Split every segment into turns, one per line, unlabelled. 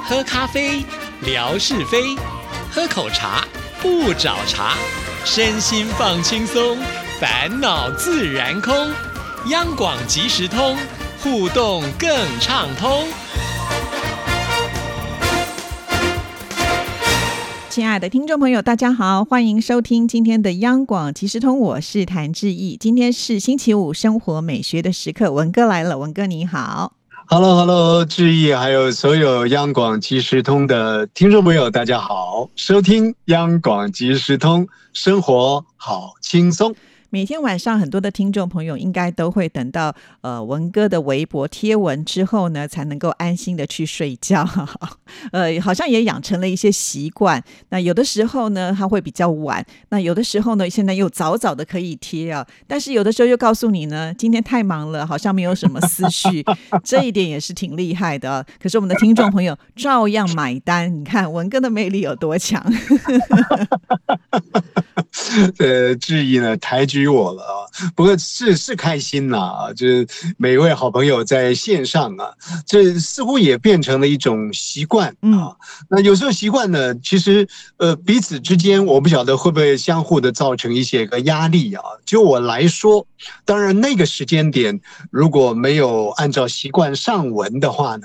喝咖啡，聊是非；喝口茶，不找茬。身心放轻松，烦恼自然空。央广即时通，互动更畅通。
亲爱的听众朋友大家好，欢迎收听今天的央广即时通，我是谭志毅。今天是星期五，生活美学的时刻，文哥来了。文哥你好。
Hello， 志毅，还有所有央广即时通的听众朋友大家好，收听央广即时通，生活好轻松。
每天晚上很多的听众朋友应该都会等到文哥的微博贴文之后呢，才能够安心的去睡觉好像也养成了一些习惯。那有的时候呢他会比较晚，那有的时候呢现在又早早的可以贴啊，但是有的时候又告诉你呢今天太忙了，好像没有什么思绪这一点也是挺厉害的可是我们的听众朋友照样买单，你看文哥的魅力有多强
志毅呢抬举我了啊，不过是开心啦，就是每一位好朋友在线上啊，这似乎也变成了一种习惯啊。那有时候习惯呢，其实彼此之间，我不晓得会不会相互的造成一些个压力啊。就我来说，当然那个时间点如果没有按照习惯上文的话呢，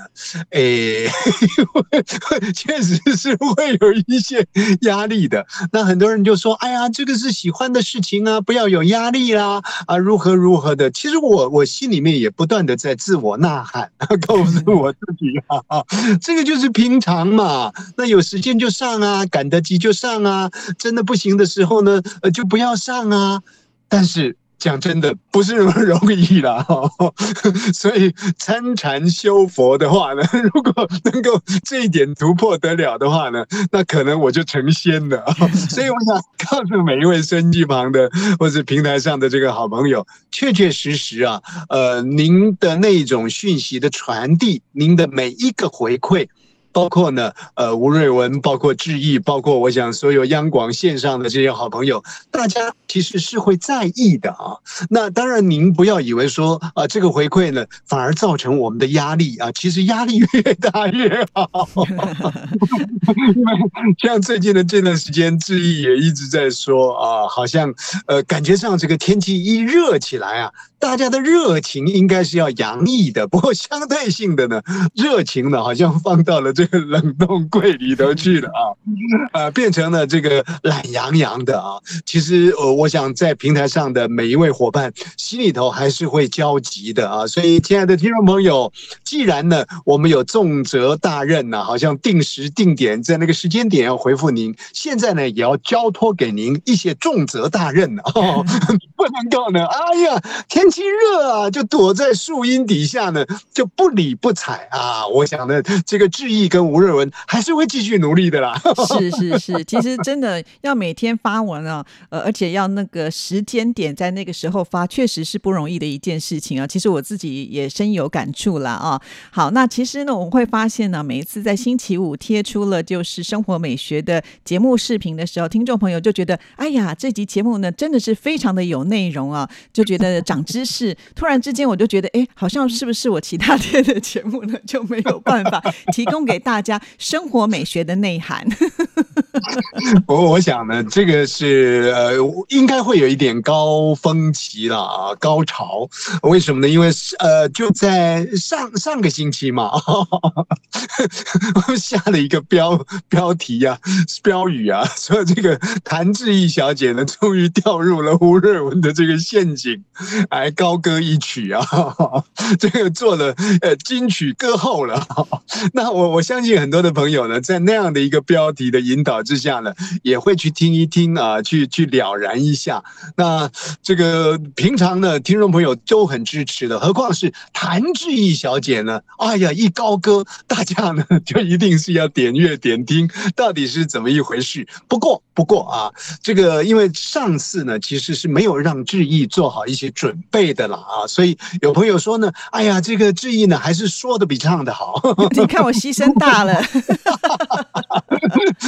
确实是会有一些压力的。那很多人就说，哎呀，这个是喜欢的事情啊，不要有压力啦，啊，如何的。其实我心里面也不断的在自我呐喊，告诉我自己啊，这个就是平常嘛。那有时间就上啊，赶得及就上啊，真的不行的时候呢，就不要上啊。但是讲真的不是那么容易啦所以参禅修佛的话呢，如果能够这一点突破得了的话呢，那可能我就成仙了所以我想告诉每一位收音机旁的或者平台上的这个好朋友，确确实实啊，您的那种讯息的传递，您的每一个回馈，包括呢，吴瑞文，包括志毅，包括我想所有央广线上的这些好朋友，大家其实是会在意的啊。那当然，您不要以为说这个回馈呢，反而造成我们的压力啊。其实压力越大越好。因为像最近的这段时间，志毅也一直在说啊，好像感觉上这个天气一热起来啊，大家的热情应该是要洋溢的，不过相对性的呢，热情呢好像放到了这个冷冻柜里头去了变成了这个懒洋洋的啊。其实我想在平台上的每一位伙伴心里头还是会焦急的啊。所以亲爱的听众朋友，既然呢我们有重责大任呢，好像定时定点在那个时间点要回复您，现在呢也要交托给您一些重责大任不能够呢，哎呀，天气热啊，就躲在树荫底下呢，就不理不睬啊。我想呢，这个志毅跟吴瑞文还是会继续努力的啦。
是，其实真的要每天发文啊，而且要那个时间点在那个时候发，确实是不容易的一件事情啊。其实我自己也深有感触啦啊。好，那其实呢，我会发现呢，每一次在星期五贴出了就是生活美学的节目视频的时候，听众朋友就觉得，哎呀，这集节目呢真的是非常的有内容啊，就觉得长知识。突然之间我就觉得，哎，好像是不是我其他天的节目呢就没有办法提供给大家生活美学的内涵
我想呢，这个是应该会有一点高峰期了啊，高潮。为什么呢？因为就在上个星期嘛，我下了一个标题啊，标语啊，说这个谭志毅小姐呢，终于掉入了吴瑞文的这个陷阱，还高歌一曲啊，这个做了金曲歌后了。那我相信很多的朋友呢，在那样的一个标题的引导之下呢，也会去听一听啊，去了然一下。那这个平常呢，听众朋友都很支持的，何况是谭志毅小姐呢？哎呀，一高歌，大家呢就一定是要点阅点听，到底是怎么一回事？不过啊，这个因为上次呢，其实是没有让志毅做好一些准备的啦啊，所以有朋友说呢，哎呀，这个志毅呢还是说的比唱的好。
你看我牺牲大了。
但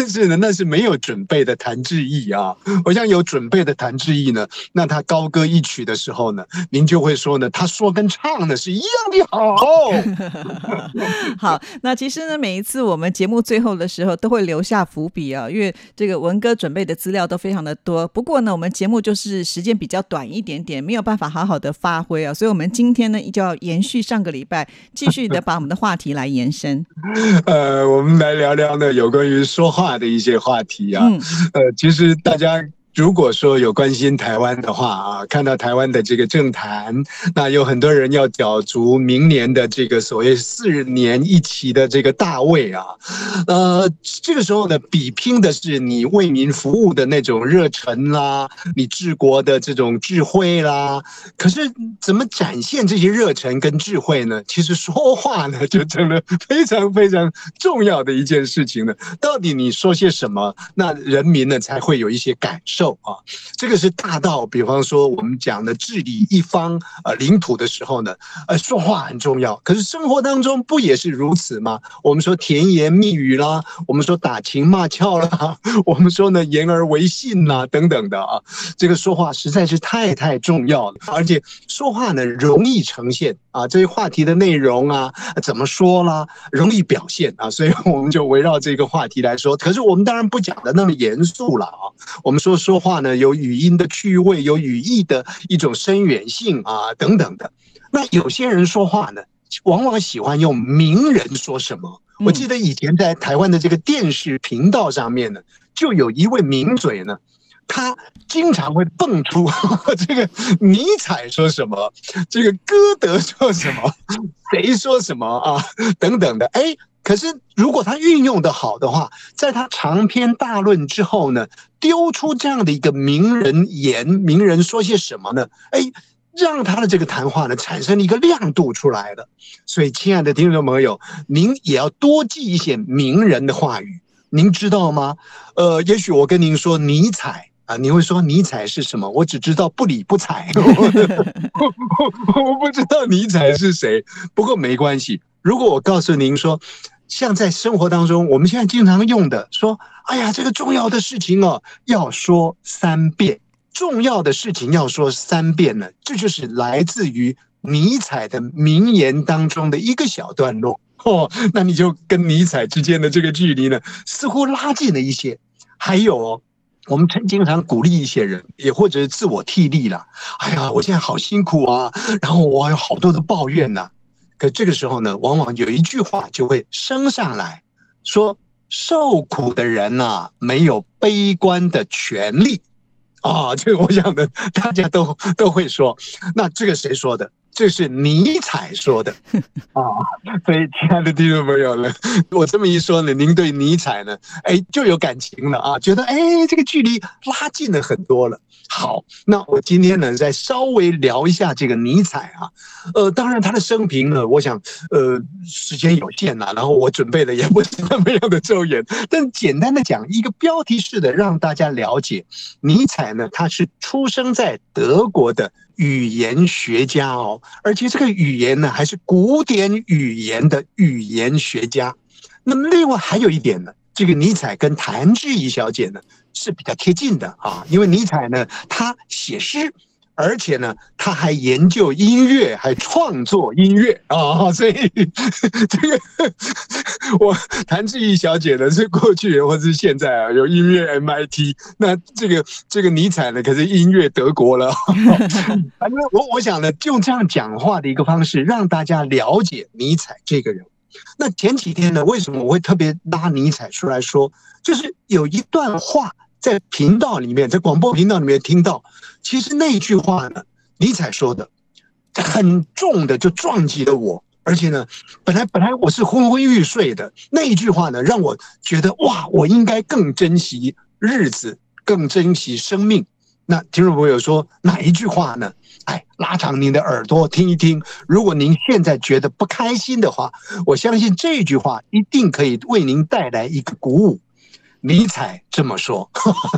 是呢，那是没有准备的谭志毅啊。我想有准备的谭志毅呢，那他高歌一曲的时候呢，您就会说呢，他说跟唱的是一样的好。
好，那其实呢，每一次我们节目最后的时候都会留下伏笔啊，因为这个文哥准备的资料都非常的多。不过呢，我们节目就是时间比较短一点点，没有办法好好的发挥啊，所以我们今天呢就要延续上个礼拜，继续的把我们的话题来延伸。
我们来聊聊呢有关于说话的一些话题啊。其实大家如果说有关心台湾的话啊，看到台湾的这个政坛，那有很多人要角逐明年的这个所谓4年一期的这个大位啊，这个时候呢，比拼的是你为民服务的那种热忱啦，你治国的这种智慧啦。可是怎么展现这些热忱跟智慧呢？其实说话呢，就成了非常非常重要的一件事情呢。到底你说些什么，那人民呢才会有一些感受。这个是大到比方说我们讲的治理一方领土的时候呢，说话很重要。可是生活当中不也是如此吗？我们说甜言蜜语啦，我们说打情骂俏啦，我们说呢言而为信啦等等的啊，这个说话实在是太重要了。而且说话呢容易呈现啊，这些话题的内容啊怎么说啦，容易表现啊，所以我们就围绕这个话题来说。可是我们当然不讲的那么严肃了啊，我们说话呢有语音的趣味，有语义的一种深远性啊等等的。那有些人说话呢往往喜欢用名人说什么。我记得以前在台湾的这个电视频道上面呢，就有一位名嘴呢，他经常会蹦出这个尼采说什么，这个歌德说什么，谁说什么啊等等的。可是如果他运用的好的话，在他长篇大论之后呢，丢出这样的一个名人言，名人说些什么呢？让他的这个谈话呢产生了一个亮度出来了。所以亲爱的听众朋友，您也要多记一些名人的话语。您知道吗？也许我跟您说尼采啊，你会说尼采是什么？我只知道不理不睬，我不知道尼采是谁。不过没关系，如果我告诉您说，像在生活当中我们现在经常用的说，哎呀，这个重要的事情哦，要说3遍，重要的事情要说3遍呢，这就是来自于尼采的名言当中的一个小段落。那你就跟尼采之间的这个距离呢，似乎拉近了一些。还有我们经常鼓励一些人，也或者是自我替力了。哎呀，我现在好辛苦啊，然后我有好多的抱怨呐。可这个时候呢，往往有一句话就会升上来，说受苦的人呐，没有悲观的权利啊。这个我想的大家都会说。那这个谁说的？这是尼采说的啊。所以亲爱的听众朋友呢，我这么一说呢，您对尼采呢就有感情了啊，觉得这个距离拉近了很多了。好，那我今天呢再稍微聊一下这个尼采啊。当然他的生平呢，我想时间有限啦，然后我准备的也不是那么样的周延，但简单的讲一个标题式的让大家了解，尼采呢他是出生在德国的语言学家哦，而且这个语言呢还是古典语言的语言学家。那么另外还有一点呢，这个尼采跟谭志怡小姐呢是比较贴近的啊，因为尼采呢他写诗，而且呢他还研究音乐，还创作音乐啊，所以这个我谭志怡小姐呢是过去或是现在啊有音乐 MIT， 那这个尼采呢可是音乐德国了。反正我想呢，就这样讲话的一个方式，让大家了解尼采这个人。那前几天呢，为什么我会特别拉尼采出来说？就是有一段话在频道里面，在广播频道里面听到，其实那句话呢，尼采说的很重的就撞击了我，而且呢，本来我是昏昏欲睡的，那一句话呢，让我觉得哇，我应该更珍惜日子，更珍惜生命。那听众朋友说哪一句话呢？拉长您的耳朵听一听，如果您现在觉得不开心的话，我相信这句话一定可以为您带来一个鼓舞。尼采这么说。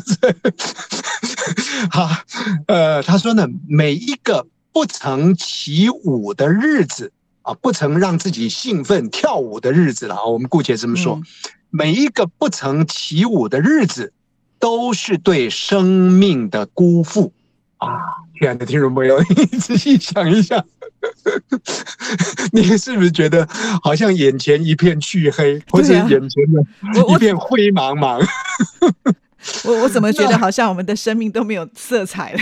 好，他说呢，每一个不曾起舞的日子不曾让自己兴奋跳舞的日子了，我们姑且这么说，每一个不曾起舞的日子，都是对生命的辜负啊！亲爱的听众朋友，你仔细想一下，你是不是觉得好像眼前一片黢黑，或者眼前的一片灰茫茫？
我怎么觉得好像我们的生命都没有色彩了？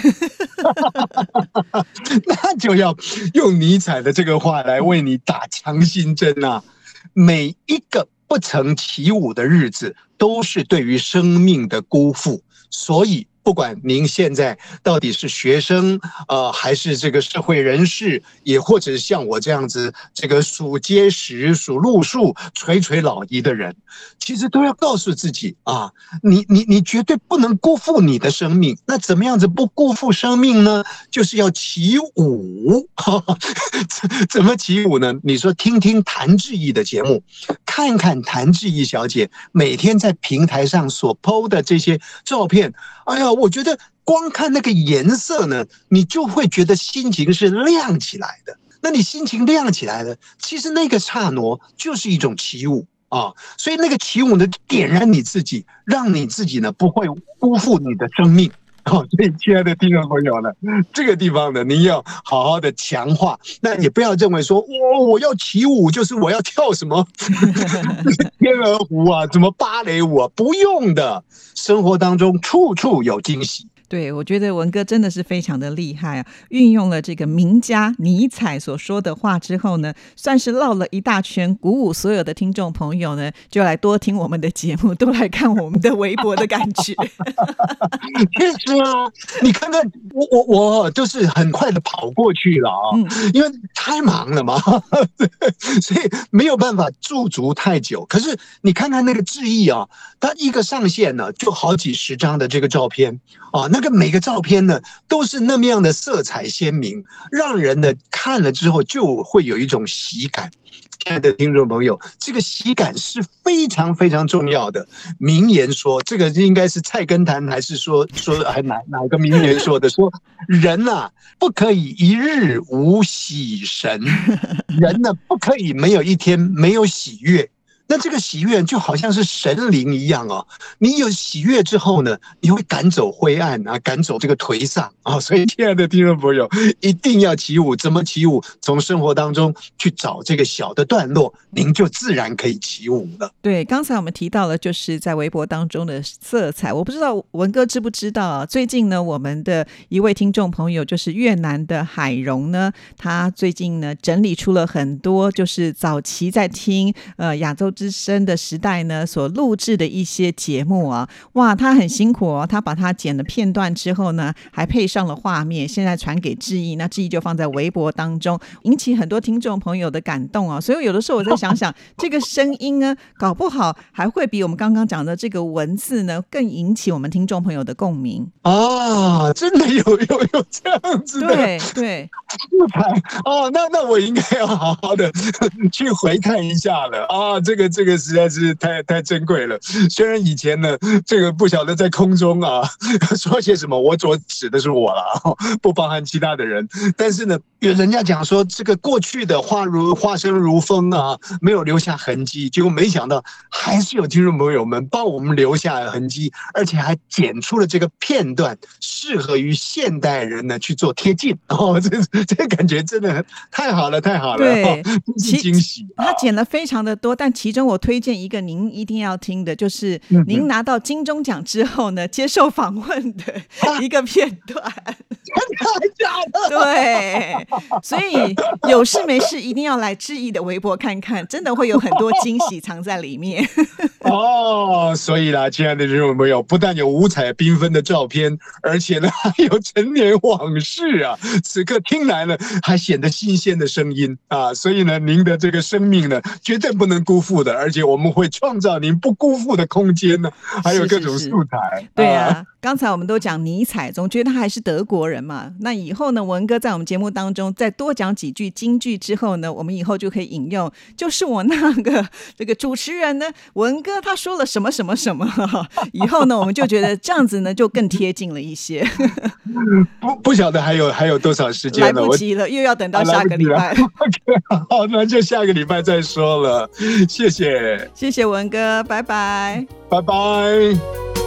那就要用尼采的这个话来为你打强心针啊！每一个不曾起舞的日子，都是对于生命的辜负。所以不管您现在到底是学生还是这个社会人士，也或者像我这样子这个数街时数路数垂垂老矣的人，其实都要告诉自己啊，你绝对不能辜负你的生命。那怎么样子不辜负生命呢？就是要起舞。怎么起舞呢？你说听听谭志毅的节目，看看谭志毅小姐每天在平台上所 po 的这些照片，哎呀，我觉得光看那个颜色呢，你就会觉得心情是亮起来的。那你心情亮起来了，其实那个刹那就是一种起舞啊。所以那个起舞呢，点燃你自己，让你自己呢不会辜负你的生命。所以亲爱的听众朋友呢，这个地方呢，您要好好的强化。那也不要认为说，我要起舞就是我要跳什么天鹅湖啊，什么芭蕾舞啊，不用的。生活当中处处有惊喜。
对，我觉得文哥真的是非常的厉害啊！运用了这个名家尼采所说的话之后呢，算是绕了一大圈，鼓舞所有的听众朋友呢，就来多听我们的节目，多来看我们的微博的感觉。
确实啊，你看看我就是很快的跑过去了啊，因为太忙了嘛，所以没有办法驻足太久。可是你看看那个志毅啊，他一个上线呢，就好几十张的这个照片啊，那个每个照片呢都是那么样的色彩鲜明，让人呢看了之后就会有一种喜感。亲爱的听众朋友，这个喜感是非常非常重要的。名言说，这个应该是菜根谭还是说还哪个名言说的？说人啊不可以一日无喜神，人呢不可以没有一天没有喜悦。那这个喜悦就好像是神灵一样哦，你有喜悦之后呢，你会赶走灰暗啊，赶走这个颓丧啊。所以，亲爱的听众朋友，一定要起舞。怎么起舞？从生活当中去找这个小的段落，您就自然可以起舞了。
对，刚才我们提到了，就是在微博当中的色彩。我不知道文哥知不知道啊？最近呢，我们的一位听众朋友，就是越南的海荣呢，他最近呢整理出了很多，就是早期在听亚洲之声的时代呢所录制的一些节目啊，哇，他很辛苦哦，他把它剪了片段之后呢，还配上了画面，现在传给志毅，那志毅就放在微博当中，引起很多听众朋友的感动啊。所以有的时候我在想想，这个声音呢，搞不好还会比我们刚刚讲的这个文字呢，更引起我们听众朋友的共鸣
啊！真的有这样子的，
对
哦，那我应该要好好的去回看一下了啊！这个实在是太珍贵了。虽然以前呢，这个不晓得在空中啊说些什么，我所指的是我了，不包含其他的人。但是呢，有人家讲说这个过去的花生如风啊，没有留下痕迹，结果没想到还是有听众朋友们帮我们留下痕迹，而且还剪出了这个片段，适合于现代人呢去做贴近。哦，这个感觉真的太好了，太好了，
对，
真是惊喜。
他剪了非常的多，但其中我推荐一个您一定要听的，就是您拿到金钟奖之后呢，接受访问的一个片段。
真的假的？
对，所以有事没事一定要来志毅的微博看看，真的会有很多惊喜藏在里面。
哦，所以啦，亲爱的听众朋友，不但有五彩缤纷的照片，而且呢还有陈年往事啊！此刻听来呢，还显得新鲜的声音啊！所以呢，您的这个生命呢，绝对不能辜负的，而且我们会创造您不辜负的空间呢，还有各种素材。
对啊， 刚才我们都讲尼采，总觉得他还是德国人嘛。那以后呢，文哥在我们节目当中再多讲几句金句之后呢，我们以后就可以引用，就是我那个这个主持人呢，文哥他说了什么什么什么，以后呢，我们就觉得这样子呢就更贴近了一些。
不晓得还有多少时间了，
来不及了，又要等到下个礼拜。
好，那就下个礼拜再说了。谢谢，
谢谢文哥，拜拜，
拜拜。